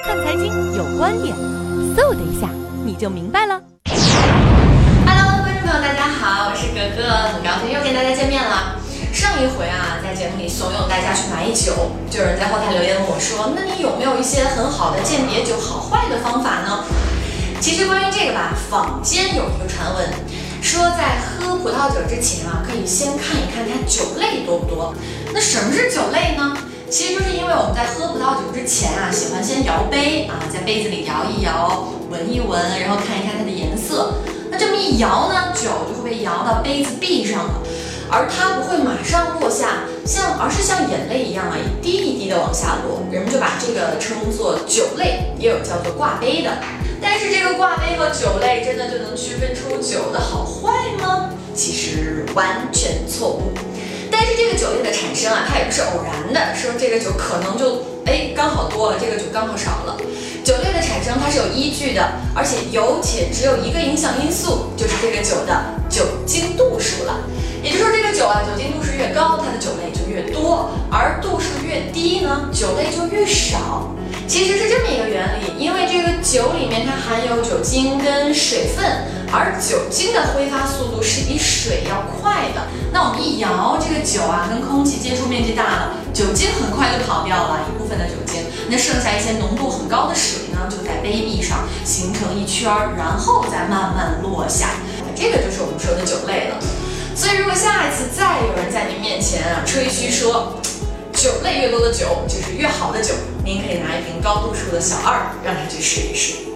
看财经有观点，嗖的一下你就明白了。 Hello， 观众朋友，大家好，我是格格，很高兴又跟大家见面了。上一回啊，在节目里怂恿大家去买酒，就有人在后台留言问我说，那你有没有一些很好的鉴别酒好坏的方法呢？其实关于这个吧，坊间有一个传闻，说在喝葡萄酒之前啊，可以先看一看它酒类多不多。那什么是酒类呢？其实就是因为我们在喝葡萄酒之前啊，喜欢先摇杯啊，在杯子里摇一摇，闻一闻，然后看一看它的颜色。那这么一摇呢，酒就会被摇到杯子壁上了，而它不会马上落下，而是像眼泪一样啊，一滴一滴的往下落。人们就把这个称作酒类，也有叫做挂杯的。但是这个挂杯和酒类真的就能区分出酒的好坏吗？其实完全错误。但是这个酒类的产生啊，它也不是偶然的，说这个酒可能就刚好多了，这个酒刚好少了。酒类的产生它是有依据的，而且只有一个影响因素，就是这个酒的酒精度数了。也就是说，这个酒啊，酒精度数越高，它的酒类就越多，而度数越低呢，酒类就越少。其实是这么一个原理，因为这个酒里面它含有酒精跟水分，而酒精的挥发速度是比水要快的。那我们一摇这个酒啊，跟空气接触面积大了，酒精很快就跑掉了一部分的酒精，那剩下一些浓度很高的水呢，就在杯壁上形成一圈，然后再慢慢落下。这个就是我们说的酒类了。所以如果下一次再有人在您面前啊吹嘘说酒类越多的酒就是越好的酒，您可以拿一瓶高度数的小二让他去试一试。